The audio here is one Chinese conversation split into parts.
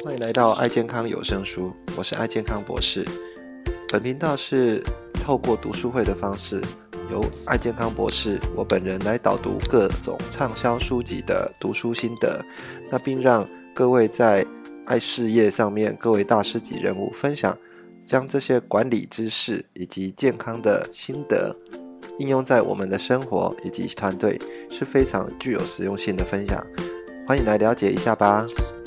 欢迎来到爱健康有声书，我是爱健康博士。本频道是透过读书会的方式，由爱健康博士我本人来导读各种畅销书籍的读书心得，并让各位在爱事业上面各位大师级人物分享，将这些管理知识以及健康的心得应用在我们的生活以及团队，是非常具有实用性的分享。欢迎来了解一下吧。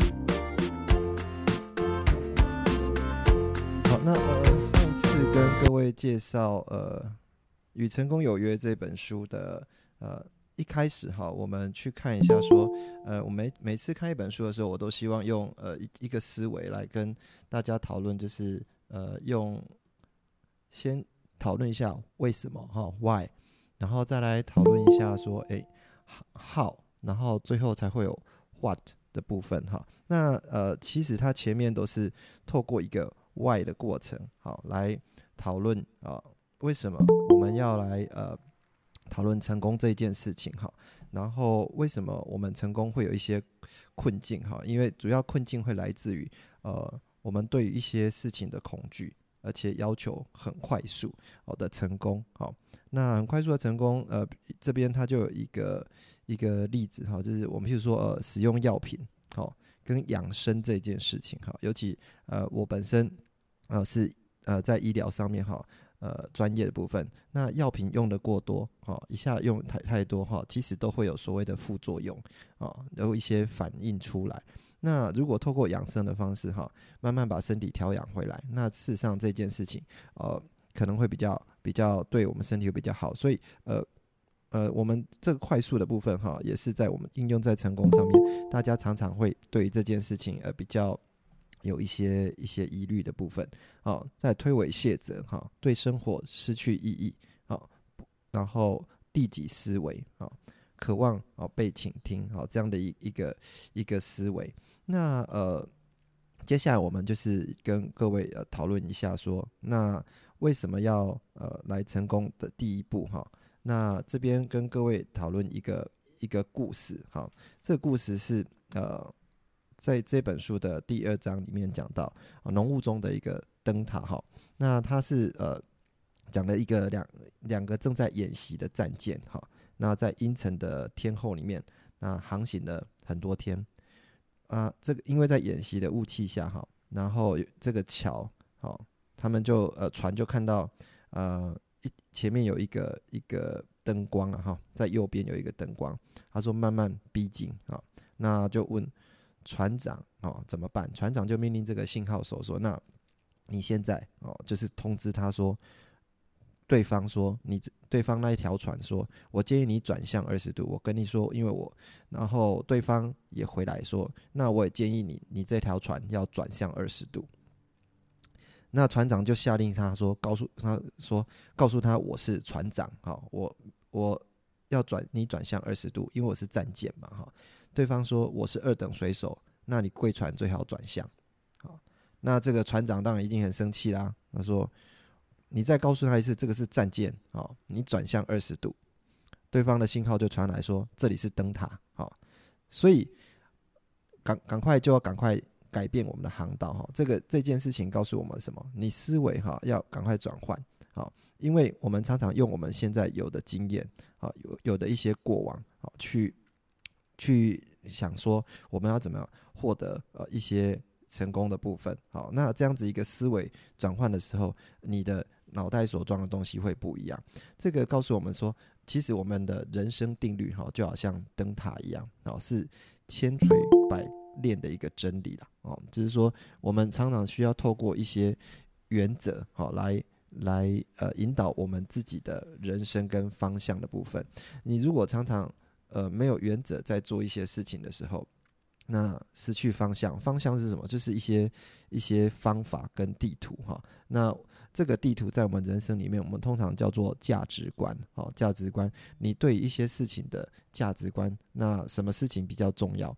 好，那上一次跟各位介绍与成功有约这本书的一开始我们去看一下说我每次看一本书的时候，我都希望用一个思维来跟大家讨论，就是先讨论一下为什么why， 然后再来讨论一下说how， 然后最后才会有 what 的部分那其实它前面都是透过一个 why 的过程来讨论为什么我们要来讨论成功这一件事情然后为什么我们成功会有一些困境因为主要困境会来自于我们对于一些事情的恐惧，而且要求很快速的成功那很快速的成功这边它就有一个例子就是我们譬如说使用药品跟养生这件事情尤其我本身是在医疗上面专业的部分，那药品用的过多一下用太多其实都会有所谓的副作用有一些反应出来。那如果透过养生的方式慢慢把身体调养回来，那事实上这件事情可能会比较对我们身体会比较好。所以我们这个快速的部分也是在我们应用在成功上面，大家常常会对于这件事情比较有一些疑虑的部分在推诿卸责对生活失去意义然后利己思维渴望被倾听这样的一个思维。那接下来我们就是跟各位讨论一下说，那为什么要来成功的第一步那这边跟各位讨论一个故事这个故事是在这本书的第2章里面讲到浓雾中的一个灯塔那它是讲了一个两个正在演习的战舰那在阴沉的天候里面，那航行了很多天这个因为在演习的雾气下然后这个桥他们就船就看到前面有一个灯光在右边有一个灯光，他说慢慢逼近那就问船长怎么办？船长就命令这个信号手说，那你现在就是通知他说，对方那一条船说，我建议你转向20度。我跟你说，因为然后对方也回来说，那我也建议你这条船要转向20度。那船长就下令他说，告诉他我是船长我要你转向20度，因为我是战舰嘛对方说我是2等水手，那你贵船最好转向那这个船长当然一定很生气啦，他说你再告诉他一次，这个是战舰你转向20度。对方的信号就传来说这里是灯塔所以赶快改变我们的航道这件事情告诉我们什么？你思维要赶快转换因为我们常常用我们现在有的经验有的一些过往去想说我们要怎么样获得一些成功的部分那这样子一个思维转换的时候，你的脑袋所装的东西会不一样。这个告诉我们说，其实我们的人生定律就好像灯塔一样是千锤百炼的一个真理啦就是说我们常常需要透过一些原则来引导我们自己的人生跟方向的部分。你如果常常没有原则在做一些事情的时候，那失去方向是什么？就是一些方法跟地图那这个地图在我们人生里面，我们通常叫做价值观价值观，你对一些事情的价值观，那什么事情比较重要？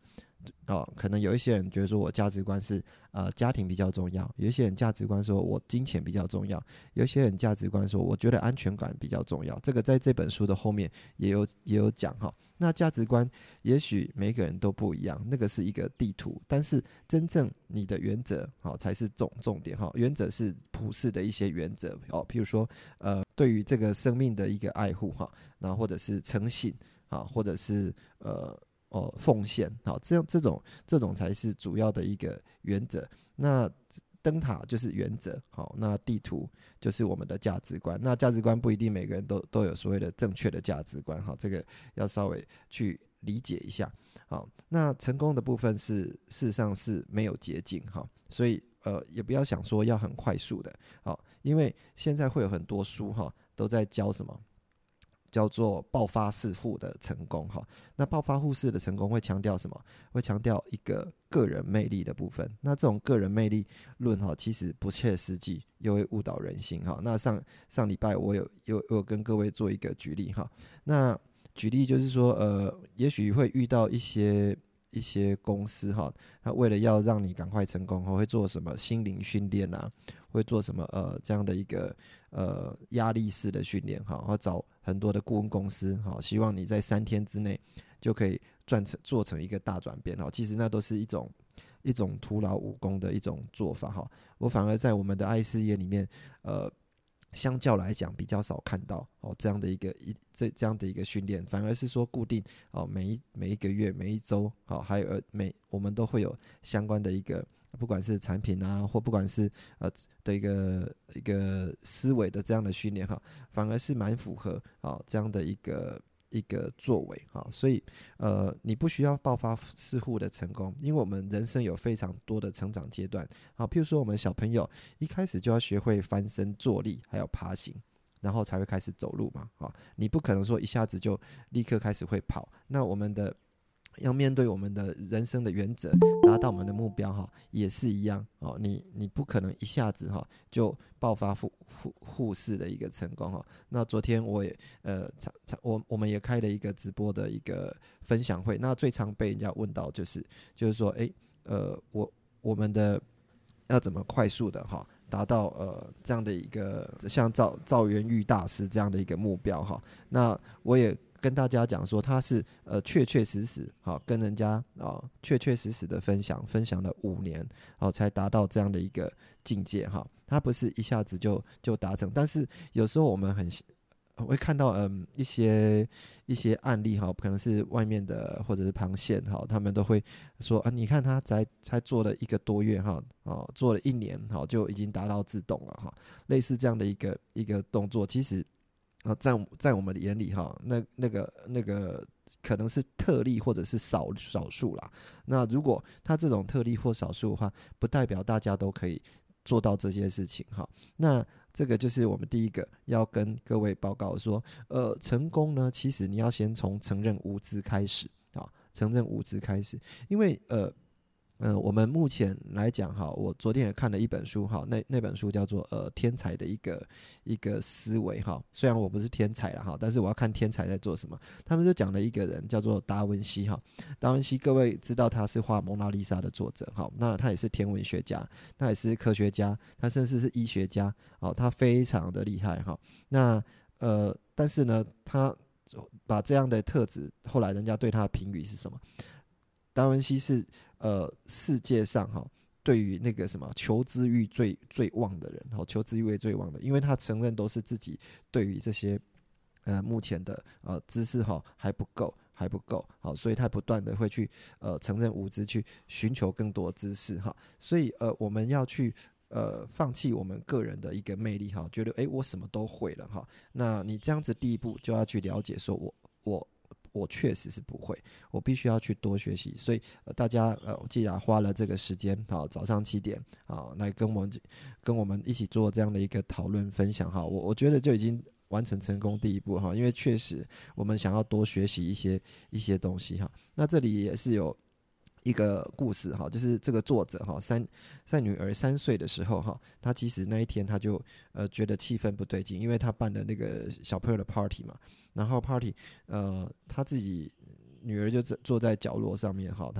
可能有一些人觉得说我价值观是家庭比较重要，有一些人价值观说我金钱比较重要，有一些人价值观说我觉得安全感比较重要。这个在这本书的后面也有讲哈。那价值观也许每个人都不一样，那个是一个地图，但是真正你的原则才是重点哈。原则是普世的一些原则譬如说对于这个生命的一个爱护哈，然后或者是诚信或者是奉献这种才是主要的一个原则。那灯塔就是原则那地图就是我们的价值观。那价值观不一定每个人都有所谓的正确的价值观这个要稍微去理解一下。那成功的部分事实上是没有捷径所以也不要想说要很快速的因为现在会有很多书都在教什么叫做爆发式户的成功那爆发户式的成功会强调什么？会强调一个个人魅力的部分。那这种个人魅力论其实不切实际，又会误导人心那上礼拜我有跟各位做一个举例那举例就是说也许会遇到一些公司他为了要让你赶快成功会做什么心灵训练会做什么这样的一个压力式的训练会找很多的顾问公司希望你在3天之内就可以做成一个大转变其实那都是一种徒劳无功的一种做法我反而在我们的爱事业里面相较来讲比较少看到这样的这样的一个训练，反而是说固定每一个月每一周还有我们都会有相关的一个不管是产品或不管是的一个思维的这样的训练反而是蛮符合这样的一个作为所以你不需要爆发式户的成功，因为我们人生有非常多的成长阶段譬如说我们小朋友一开始就要学会翻身坐立还有爬行，然后才会开始走路嘛你不可能说一下子就立刻开始会跑。那我们的要面对我们的人生的原则，达到我们的目标也是一样你不可能一下子就爆发户式的一个成功那昨天我也我们也开了一个直播的一个分享会，那最常被人家问到就是说我们的要怎么快速的达到这样的一个像赵元玉大师这样的一个目标那我也跟大家讲说他是确实跟人家确实的分享了5年才达到这样的一个境界他不是一下子就达成。但是有时候我们会看到一些案例可能是外面的或者是螃蟹他们都会说你看他才做了1个多月做了1年就已经达到自动了类似这样的一个动作，其实在我们的眼里那个可能是特例或者是少数啦。那如果他这种特例或少数的话，不代表大家都可以做到这些事情那这个就是我们第一个要跟各位报告说成功呢，其实你要先从承认无知开始承认无知开始。因为我们目前来讲我昨天也看了一本书那本书叫做天才的一个思维虽然我不是天才啦但是我要看天才在做什么。他们就讲了一个人叫做达文西达文西各位知道他是画蒙娜丽莎的作者那他也是天文学家，他也是科学家，他甚至是医学家他非常的厉害那但是呢他把这样的特质，后来人家对他的评语是什么？达文西是世界上对于那个什么求知欲最旺的人求知欲最旺的，因为他承认都是自己对于这些目前的知识还不够所以他不断的会去承认无知，去寻求更多知识所以我们要去放弃我们个人的一个魅力觉得我什么都会了那你这样子第一步就要去了解说我确实是不会，我必须要去多学习。所以大家既然花了这个时间早上7点来跟我们一起做这样的一个讨论分享我觉得就已经完成成功第一步因为确实我们想要多学习一些东西那这里也是有一个故事就是这个作者在女儿3岁的时候他其实那一天他就觉得气氛不对劲，因为他办的那个小朋友的 party 嘛，然后 party他自己女儿就坐在角落上面他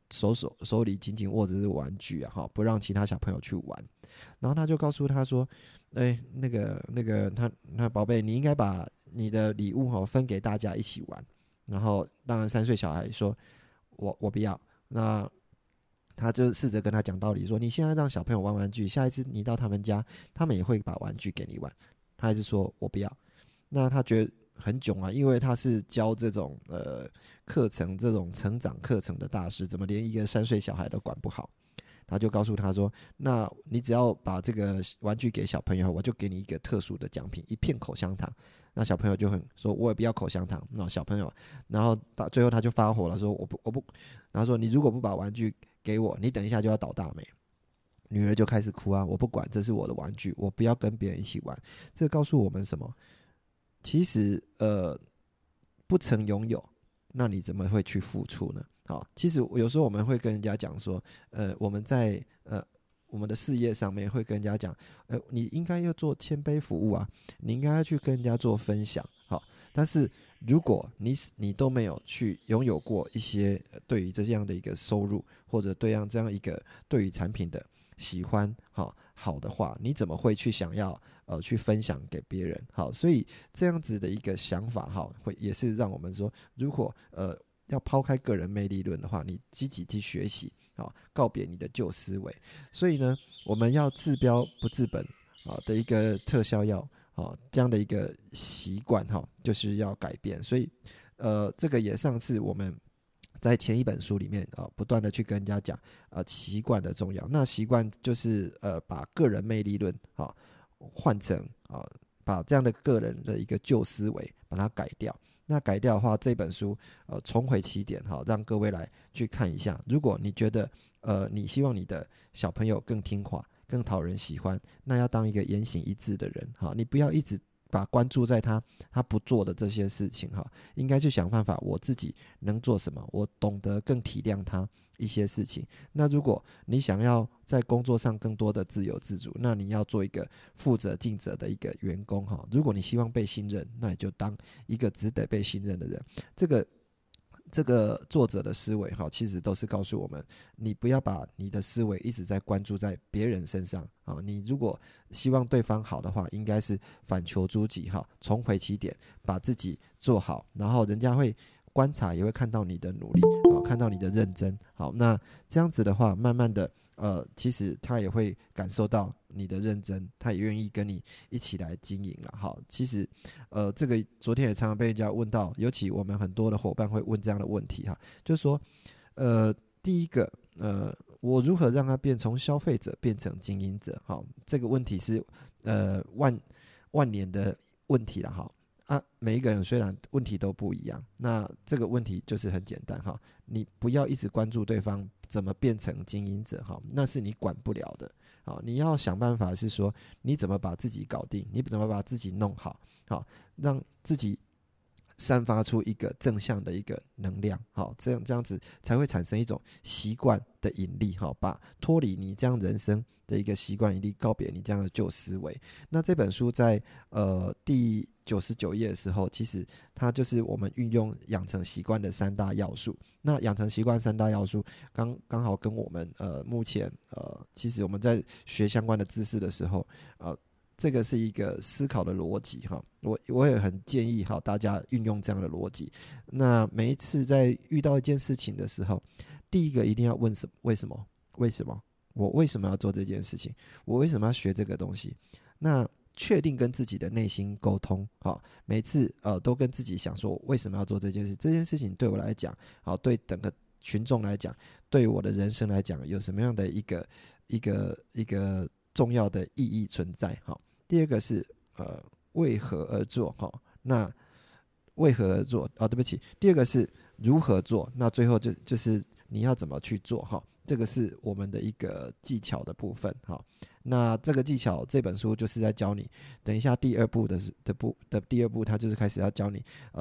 手里紧紧握着这个玩具啊，不让其他小朋友去玩。然后他就告诉他说，那个他宝贝，你应该把你的礼物分给大家一起玩。然后当然3岁小孩说，我不要。那他就试着跟他讲道理，说你现在让小朋友玩玩具，下一次你到他们家，他们也会把玩具给你玩。他还是说我不要。那他觉得很囧啊，因为他是教这种课程，这种成长课程的大师，怎么连一个3岁小孩都管不好？他就告诉他说，那你只要把这个玩具给小朋友，我就给你一个特殊的奖品，一片口香糖。那小朋友就很说，我也不要口香糖。那小朋友，然后最后他就发火了，说我不，然后说你如果不把玩具给我，你等一下就要倒大霉。女儿就开始哭啊，我不管，这是我的玩具，我不要跟别人一起玩。这告诉我们什么？其实不曾拥有，那你怎么会去付出呢？好，其实有时候我们会跟人家讲说，我们在我们的事业上面会跟人家讲，你应该要做谦卑服务啊，你应该要去跟人家做分享。好，但是如果你都没有去拥有过一些对于这样的一个收入，或者这样一个对于产品的喜欢好的话，你怎么会去想要去分享给别人？好，所以这样子的一个想法会也是让我们说，如果要抛开个人魅力论的话，你积极去学习，告别你的旧思维。所以呢，我们要治标不治本的一个特效药，这样的一个习惯就是要改变。所以这个也上次我们在前一本书里面不断的去跟人家讲习惯的重要。那习惯就是把个人魅力论换成把这样的个人的一个旧思维把它改掉。那改掉的话，这本书重回起点让各位来去看一下。如果你觉得你希望你的小朋友更听话、更讨人喜欢，那要当一个言行一致的人你不要一直把关注在他不做的这些事情应该去想办法，我自己能做什么，我懂得更体谅他一些事情。那如果你想要在工作上更多的自由自主，那你要做一个负责尽责的一个员工如果你希望被信任，那你就当一个值得被信任的人。这个作者的思维其实都是告诉我们，你不要把你的思维一直在关注在别人身上你如果希望对方好的话，应该是反求诸己重回起点，把自己做好，然后人家会观察，也会看到你的努力看到你的认真。好，那这样子的话，慢慢的其实他也会感受到你的认真，他也愿意跟你一起来经营了。好，其实这个昨天也常常被人家问到，尤其我们很多的伙伴会问这样的问题就是说第一个我如何让他从消费者变成经营者？这个问题是万年的问题了每一个人虽然问题都不一样，那这个问题就是很简单你不要一直关注对方怎么变成经营者那是你管不了的你要想办法是说你怎么把自己搞定，你怎么把自己弄好让自己散发出一个正向的一个能量这样子才会产生一种习惯的引力把脱离你这样人生的一个习惯引力，告别你这样的旧思维。那这本书在第99页的时候，其实它就是我们运用养成习惯的3大要素。那养成习惯3大要素刚好跟我们目前其实我们在学相关的知识的时候这个是一个思考的逻辑我也很建议大家运用这样的逻辑。那每一次在遇到一件事情的时候，第一个一定要问为什么？我为什么要做这件事情？我为什么要学这个东西？那确定跟自己的内心沟通每次都跟自己想说，我为什么要做这件事？这件事情对我来讲对整个群众来讲，对我的人生来讲，有什么样的一个重要的意义存在第二个是为何而做那为何而做对不起，第二个是如何做，那最后就是你要怎么去做这个是我们的一个技巧的部分那这个技巧这本书就是在教你，等一下第二步的第二步，它就是开始要教你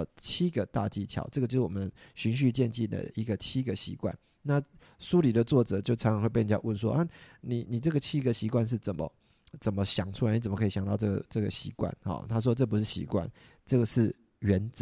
7个大技巧，这个就是我们循序渐进的一个7个习惯。那书里的作者就常常会被人家问说你这个7个习惯是怎么想出来？你怎么可以想到这个习惯他说这不是习惯，这个是原则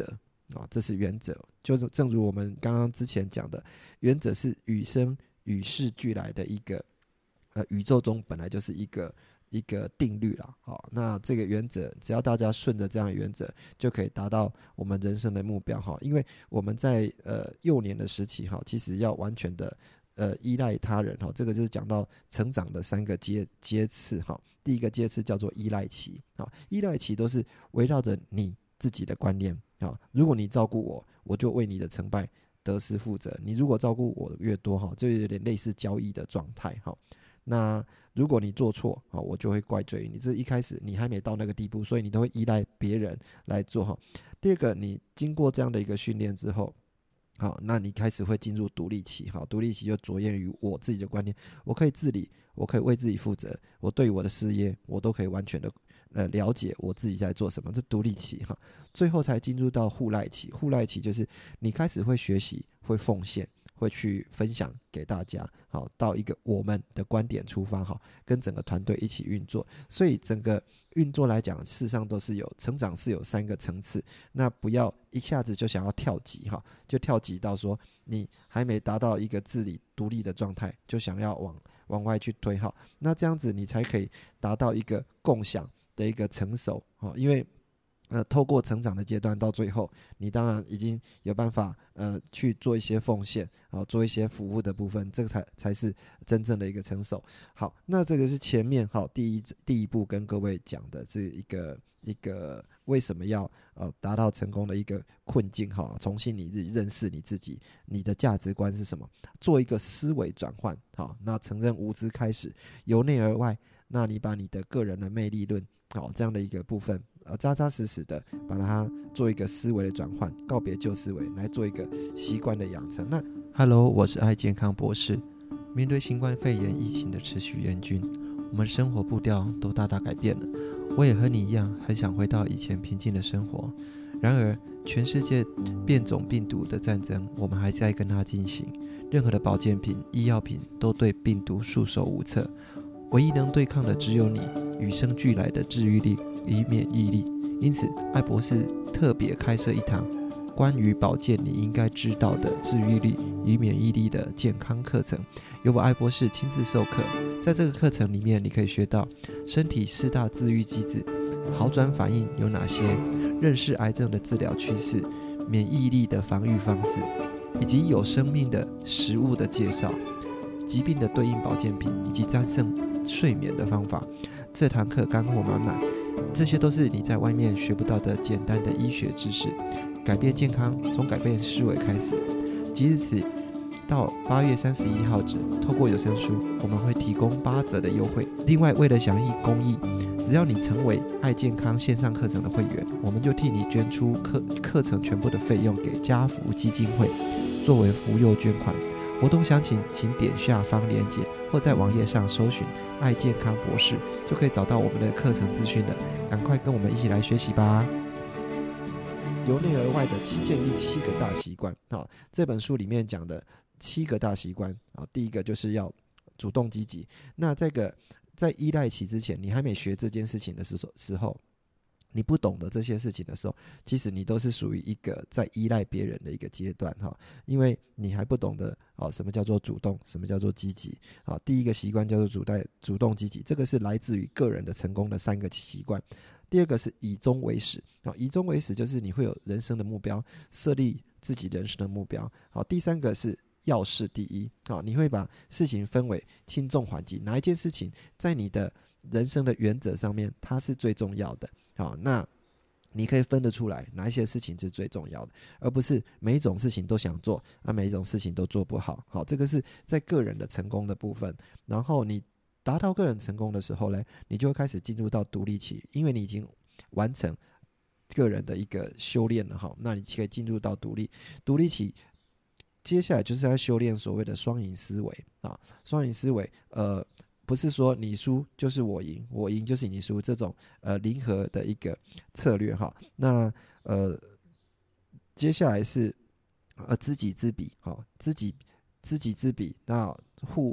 这是原则。就是正如我们刚刚之前讲的，原则是与生与世俱来的一个宇宙中本来就是一个定律啦。那这个原则只要大家顺着这样的原则，就可以达到我们人生的目标。因为我们在幼年的时期其实要完全的依赖他人。这个就是讲到成长的3个阶次。第一个阶次叫做依赖期。依赖期都是围绕着你自己的观念。如果你照顾我，我就为你的成败得失负责。你如果照顾我越多，就有点类似交易的状态。那如果你做错，我就会怪罪你。这一开始你还没到那个地步，所以你都会依赖别人来做。第二个，你经过这样的一个训练之后，那你开始会进入独立期。独立期就着眼于我自己的观念，我可以自理，我可以为自己负责，我对于我的事业我都可以完全的了解我自己在做什么，这独立期。最后才进入到互赖期。互赖期就是你开始会学习，会奉献，会去分享给大家。到一个我们的观点出发，跟整个团队一起运作。所以整个运作来讲，事实上都是有成长，是有3个层次。那不要一下子就想要跳级，就跳级到说你还没达到一个自理独立的状态，就想要往外去推。那这样子你才可以达到一个共享的一个成熟。因为透过成长的阶段，到最后你当然已经有办法去做一些奉献，做一些服务的部分，这个才是真正的一个成熟。好，那这个是前面第一步跟各位讲的这一个为什么要达到成功的一个困境。重新你认识你自己，你的价值观是什么，做一个思维转换。那承认无知开始，由内而外，那你把你的个人的魅力论这样的一个部分扎扎实实的把它做一个思维的转换，告别旧思维，来做一个习惯的养成。那 Hello， 我是爱健康博士。面对新冠肺炎疫情的持续严峻，我们生活步调都大大改变了。我也和你一样，很想回到以前平静的生活。然而全世界变种病毒的战争，我们还在跟它进行。任何的保健品、医药品都对病毒束手无策，唯一能对抗的只有你与生俱来的治愈力与免疫力。因此艾博士特别开设一堂关于保健你应该知道的治愈力与免疫力的健康课程，由我艾博士亲自授课。在这个课程里面，你可以学到身体4大治愈机制、好转反应有哪些、认识癌症的治疗趋势、免疫力的防御方式，以及有生命的食物的介绍、疾病的对应保健品，以及战胜睡眠的方法。这堂课干货满满，这些都是你在外面学不到的简单的医学知识。改变健康，从改变思维开始。即日起到8月31号止，透过有声书，我们会提供8折的优惠。另外，为了响应公益，只要你成为爱健康线上课程的会员，我们就替你捐出课程全部的费用给家福基金会，作为扶幼捐款。活动详情请点下方连结，或在网页上搜寻爱健康博士，就可以找到我们的课程资讯了。赶快跟我们一起来学习吧。由内而外的建立7个大习惯。这本书里面讲的7个大习惯，第一个就是要主动积极。那这个在依赖期之前，你还没学这件事情的时候，你不懂得这些事情的时候，其实你都是属于一个在依赖别人的一个阶段。因为你还不懂得什么叫做主动，什么叫做积极。第一个习惯叫做主动积极，这个是来自于个人的成功的3个习惯。第二个是以终为始。以终为始就是你会有人生的目标，设立自己人生的目标。第三个是要事第一。你会把事情分为轻重缓急，哪一件事情在你的人生的原则上面它是最重要的。那你可以分得出来哪一些事情是最重要的，而不是每一种事情都想做，每一种事情都做不好。这个是在个人的成功的部分。然后你达到个人成功的时候呢，你就会开始进入到独立期，因为你已经完成个人的一个修炼了。那你可以进入到独立期。接下来就是要修炼所谓的双赢思维。双赢思维不是说你输就是我赢，我赢就是你输，这种零和的一个策略。那接下来是知己知彼。知己知彼，那互赖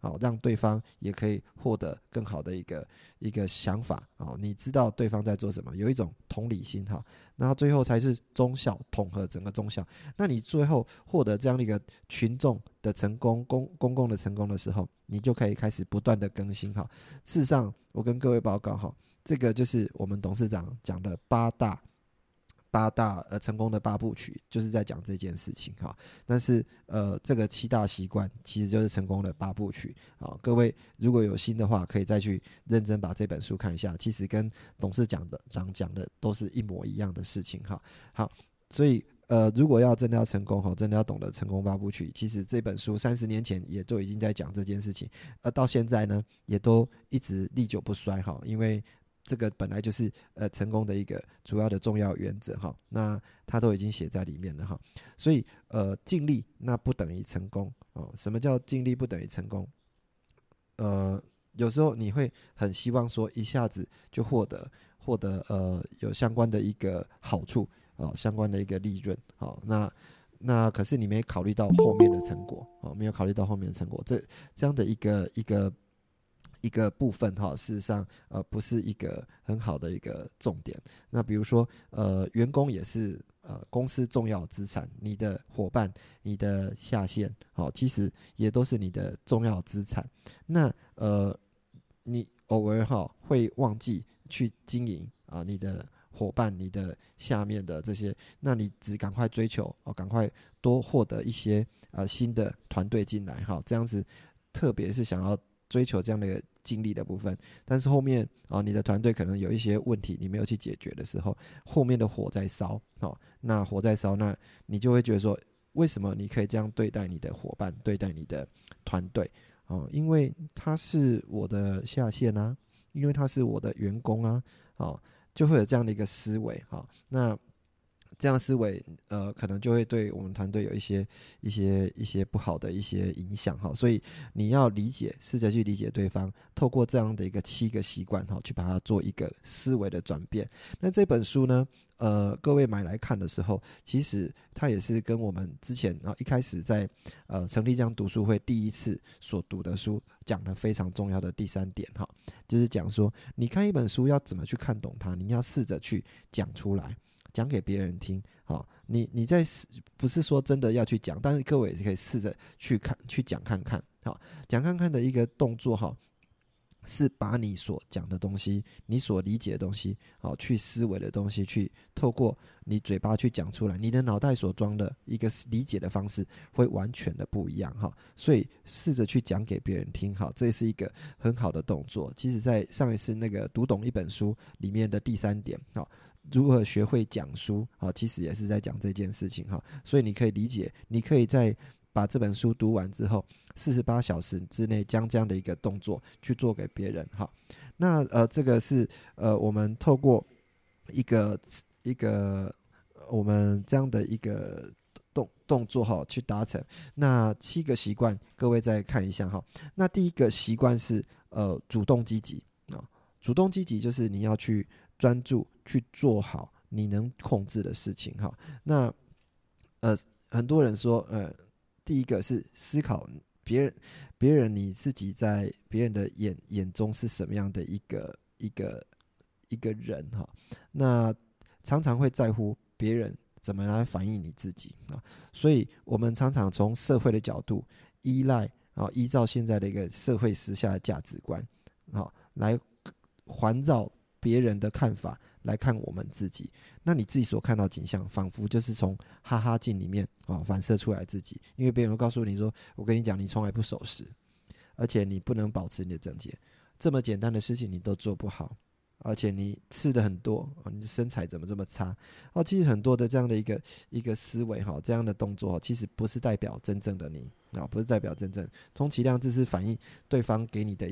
好，让对方也可以获得更好的一个想法，好，你知道对方在做什么，有一种同理心，好，然后最后才是中校统合整个中校。那你最后获得这样的一个群众的成功，公共的成功的时候，你就可以开始不断的更新，好。事实上，我跟各位报告，哈，这个就是我们董事长讲的八大成功的8部曲，就是在讲这件事情哈。但是这个7大习惯其实就是成功的8部曲啊。各位如果有心的话，可以再去认真把这本书看一下，其实跟董事长讲的都是一模一样的事情哈。好，所以如果真的要成功哈，真的要懂得成功8部曲，其实这本书30年前也都已经在讲这件事情，到现在呢也都一直历久不衰哈，因为这个本来就是成功的一个主要的重要原则哈，那它都已经写在里面了哈。所以尽力那不等于成功哦。什么叫尽力不等于成功？有时候你会很希望说一下子就获得有相关的一个好处相关的一个利润那可是你没考虑到后面的成果没有考虑到后面的成果，这样的一个部分事实上不是一个很好的一个重点。那比如说员工也是公司重要资产，你的伙伴、你的下线其实也都是你的重要资产。那你偶尔会忘记去经营你的伙伴、你的下面的这些，那你只赶快追求赶快多获得一些新的团队进来这样子，特别是想要追求这样的一个尽力的部分，但是后面你的团队可能有一些问题你没有去解决的时候，后面的火在烧那火在烧，那你就会觉得说，为什么你可以这样对待你的伙伴、对待你的团队因为他是我的下线啊，因为他是我的员工啊就会有这样的一个思维那这样思维可能就会对我们团队有一些不好的一些影响所以你要理解，试着去理解对方，透过这样的一个7个习惯去把它做一个思维的转变。那这本书呢各位买来看的时候，其实它也是跟我们之前一开始在成立这样读书会第一次所读的书讲的非常重要的第3点就是讲说，你看一本书要怎么去看懂它，你要试着去讲出来，讲给别人听你在不是说真的要去讲，但是各位也可以试着去讲看看讲看看的一个动作是把你所讲的东西，你所理解的东西去思维的东西，去透过你嘴巴去讲出来，你的脑袋所装的一个理解的方式会完全的不一样所以试着去讲给别人听这是一个很好的动作。其实在上一次那个读懂一本书里面的第3点如何学会讲书其实也是在讲这件事情所以你可以理解，你可以在把这本书读完之后48小时之内将这样的一个动作去做给别人那这个是我们透过一个我们这样的一个动作去达成。那7个习惯各位再看一下那第一个习惯是主动积极主动积极就是你要去专注去做好你能控制的事情那很多人说第一个是思考别人你自己在别人的眼中是什么样的一个人那常常会在乎别人怎么来反映你自己所以我们常常从社会的角度依照现在的一个社会时下的价值观来环绕别人的看法来看我们自己，那你自己所看到景象仿佛就是从哈哈镜里面反射出来自己，因为别人会告诉你说，我跟你讲，你从来不守时，而且你不能保持你的整洁，这么简单的事情你都做不好，而且你吃的很多你的身材怎么这么差其实很多的这样的一个思维这样的动作其实不是代表真正的你不是代表真正，充其量这是反映对方给你的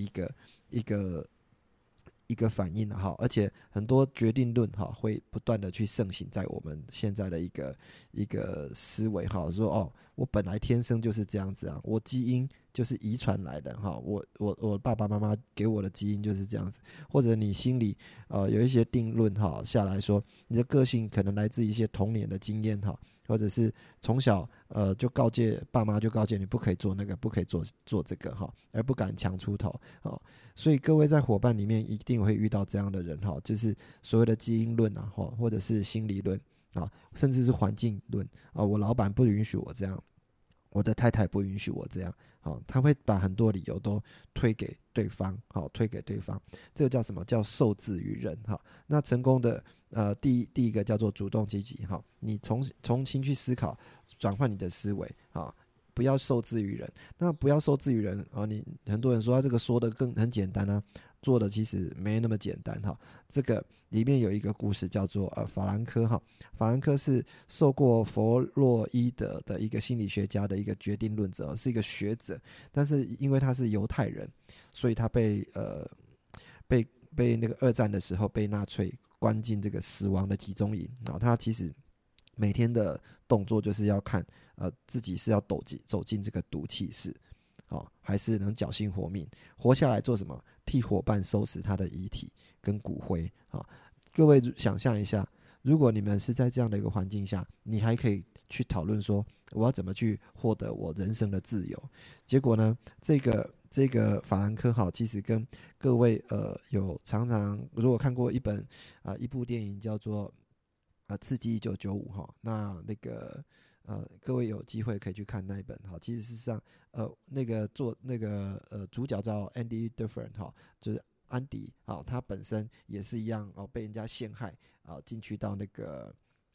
一个反应而且很多决定论会不断的去盛行在我们现在的一个思维说我本来天生就是这样子啊，我基因就是遗传来的哈，我爸爸妈妈给我的基因就是这样子，或者你心里有一些定论哈下来说，你的个性可能来自一些童年的经验哈，或者是从小就告诫爸妈就告诫你不可以做那个，不可以做这个哈，而不敢强出头啊。所以各位在伙伴里面一定会遇到这样的人哈，就是所谓的基因论啊，或者是心理论啊，甚至是环境论啊。我老板不允许我这样，我的太太不允许我这样，他会把很多理由都推给对方，推给对方。这个叫什么？叫受制于人哈。那成功的第一个叫做主动积极哈，你重新去思考，转换你的思维啊。不要受制于人，那不要受制于人你很多人说这个说的很简单啊，做的其实没那么简单哈。这个里面有一个故事叫做法兰克哈，法兰克是受过弗洛伊德的一个心理学家的一个决定论者，是一个学者，但是因为他是犹太人，所以他被那个二战的时候被纳粹关进这个死亡的集中营他其实每天的动作就是要看自己是要走进这个毒气室还是能侥幸活命活下来做什么？替伙伴收拾他的遗体跟骨灰各位想象一下，如果你们是在这样的一个环境下，你还可以去讨论说我要怎么去获得我人生的自由。结果呢，这个法兰克其实跟各位有常常如果看过一部电影叫做刺激1995那个各位有机会可以去看那一本其实事实上那个主角叫 Andy Dufresne 就是安迪他本身也是一样被人家陷害进去到那个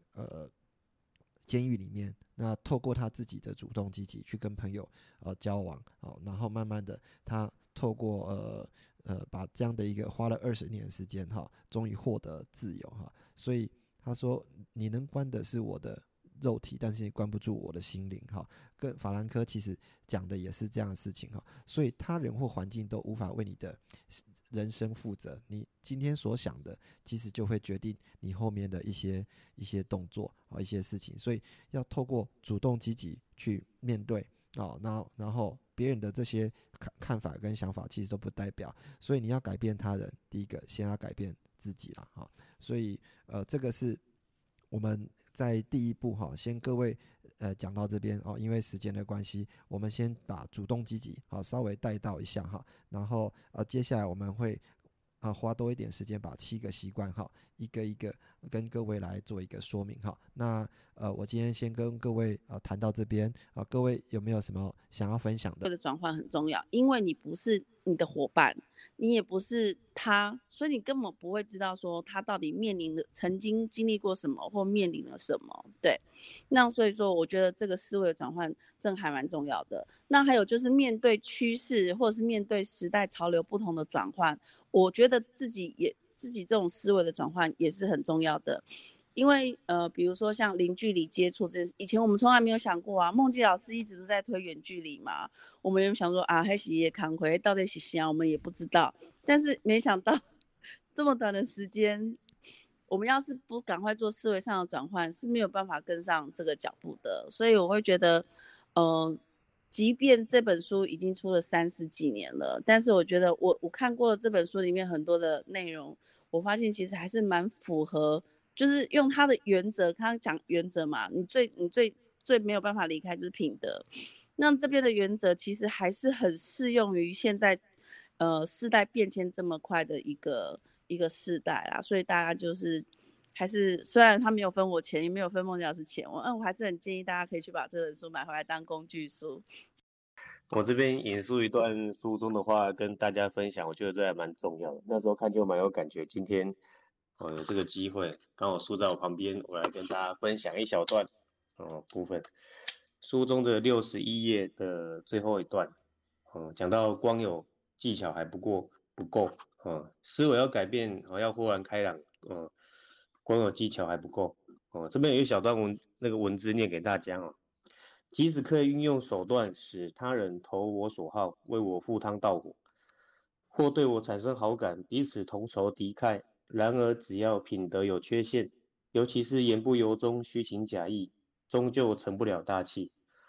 监狱里面，那透过他自己的主动积极去跟朋友交往然后慢慢的他透过把这样的一个花了20年的时间终于获得自由所以他说你能关的是我的肉体，但是你关不住我的心灵跟法兰克其实讲的也是这样的事情所以他人或环境都无法为你的人生负责，你今天所想的其实就会决定你后面的一些动作一些事情，所以要透过主动积极去面对然后别人的这些看法跟想法其实都不代表，所以你要改变他人，第一个先要改变自己啦所以这个是我们在第一步先各位讲到这边因为时间的关系，我们先把主动积极稍微带到一下然后接下来我们会花多一点时间把7个习惯一个一个跟各位来做一个说明那我今天先跟各位谈到这边各位有没有什么想要分享的？ 的转换很重要，因为你不是你的伙伴，你也不是他，所以你根本不会知道说他到底曾经经历过什么或面临了什么。对，那所以说我觉得这个思维的转换真的还蛮重要的。那还有就是面对趋势或者是面对时代潮流不同的转换，我觉得自己这种思维的转换也是很重要的。因为比如说像零距离接触以前我们从来没有想过啊。梦琪老师一直不是在推远距离嘛，我们有想说还是也看回到底是谁，我们也不知道。但是没想到这么短的时间，我们要是不赶快做思维上的转换，是没有办法跟上这个脚步的。所以我会觉得即便这本书已经出了30几年了，但是我觉得我看过了这本书里面很多的内容，我发现其实还是蛮符合，就是用他的原则，他讲原则嘛，你最没有办法离开就是品德。那这边的原则其实还是很适用于现在世代变迁这么快的一个世代啦。所以大家就是还是虽然他没有分我钱，也没有分梦老师钱，我还是很建议大家可以去把这本书买回来当工具书。 我这边引述一段书中的话跟大家分享，我觉得这还蛮重要的。那时候看就蛮有感觉，今天有这个机会，刚好书在我旁边，我来跟大家分享一小段部分。书中的61页的最后一段，讲到光有技巧还不够，思维要改变要豁然开朗，光有技巧还不够这边有一小段文字念给大家即使可以运用手段使他人投我所好，为我赴汤蹈火，或对我产生好感，彼此同仇敌忾，然而只要品德有缺陷，尤其是言不由衷、虚情假意，终究成不了大器。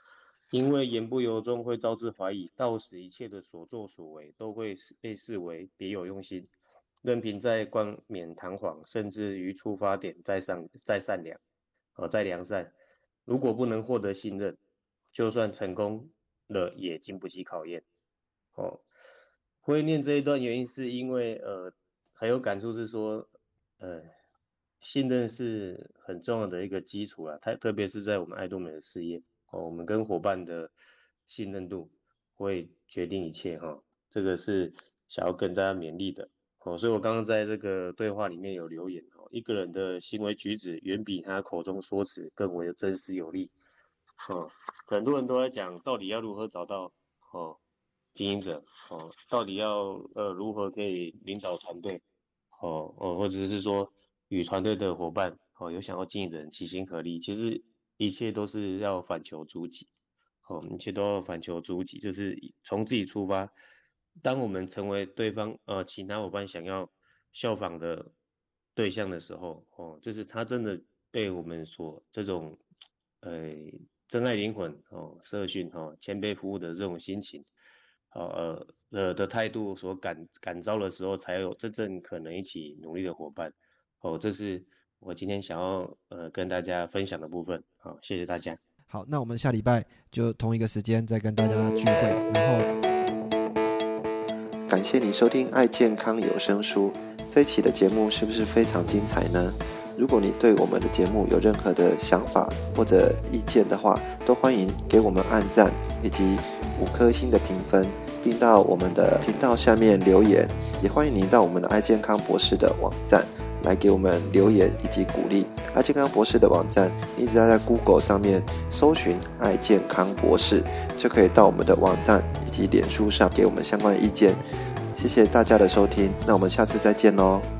因为言不由衷会招致怀疑，到时一切的所作所为都会被视为别有用心，任凭再冠冕堂皇，甚至于出发点再善良，再良善，如果不能获得信任，就算成功了也经不起考验。会念这一段原因是因为很有感触，是说信任是很重要的一个基础啊，特别是在我们爱多美的事业我们跟伙伴的信任度会决定一切这个是想要跟大家勉励的所以我刚刚在这个对话里面有留言一个人的行为举止远比他口中说辞更为真实有力很多人都在讲到底要如何找到经营者到底要如何可以领导团队或者是说与团队的伙伴有想要经营的人齐心合力，其实一切都是要反求诸己一切都要反求诸己，就是从自己出发。当我们成为对方其他伙伴想要效仿的对象的时候就是他真的被我们所这种真爱灵魂社训谦卑服务的这种心情的态度所感召的时候，才有真正可能一起努力的伙伴这是我今天想要跟大家分享的部分谢谢大家。 好，那我们下礼拜就同一个时间再跟大家聚会。然后感谢你收听爱健康有声书，这一期的节目是不是非常精彩呢？如果你对我们的节目有任何的想法或者意见的话，都欢迎给我们按赞以及5颗星的评分，并到我们的频道下面留言。也欢迎您到我们的爱健康博士的网站来给我们留言以及鼓励。爱健康博士的网站，你只要在 Google 上面搜寻爱健康博士，就可以到我们的网站以及脸书上给我们相关的意见。谢谢大家的收听，那我们下次再见咯。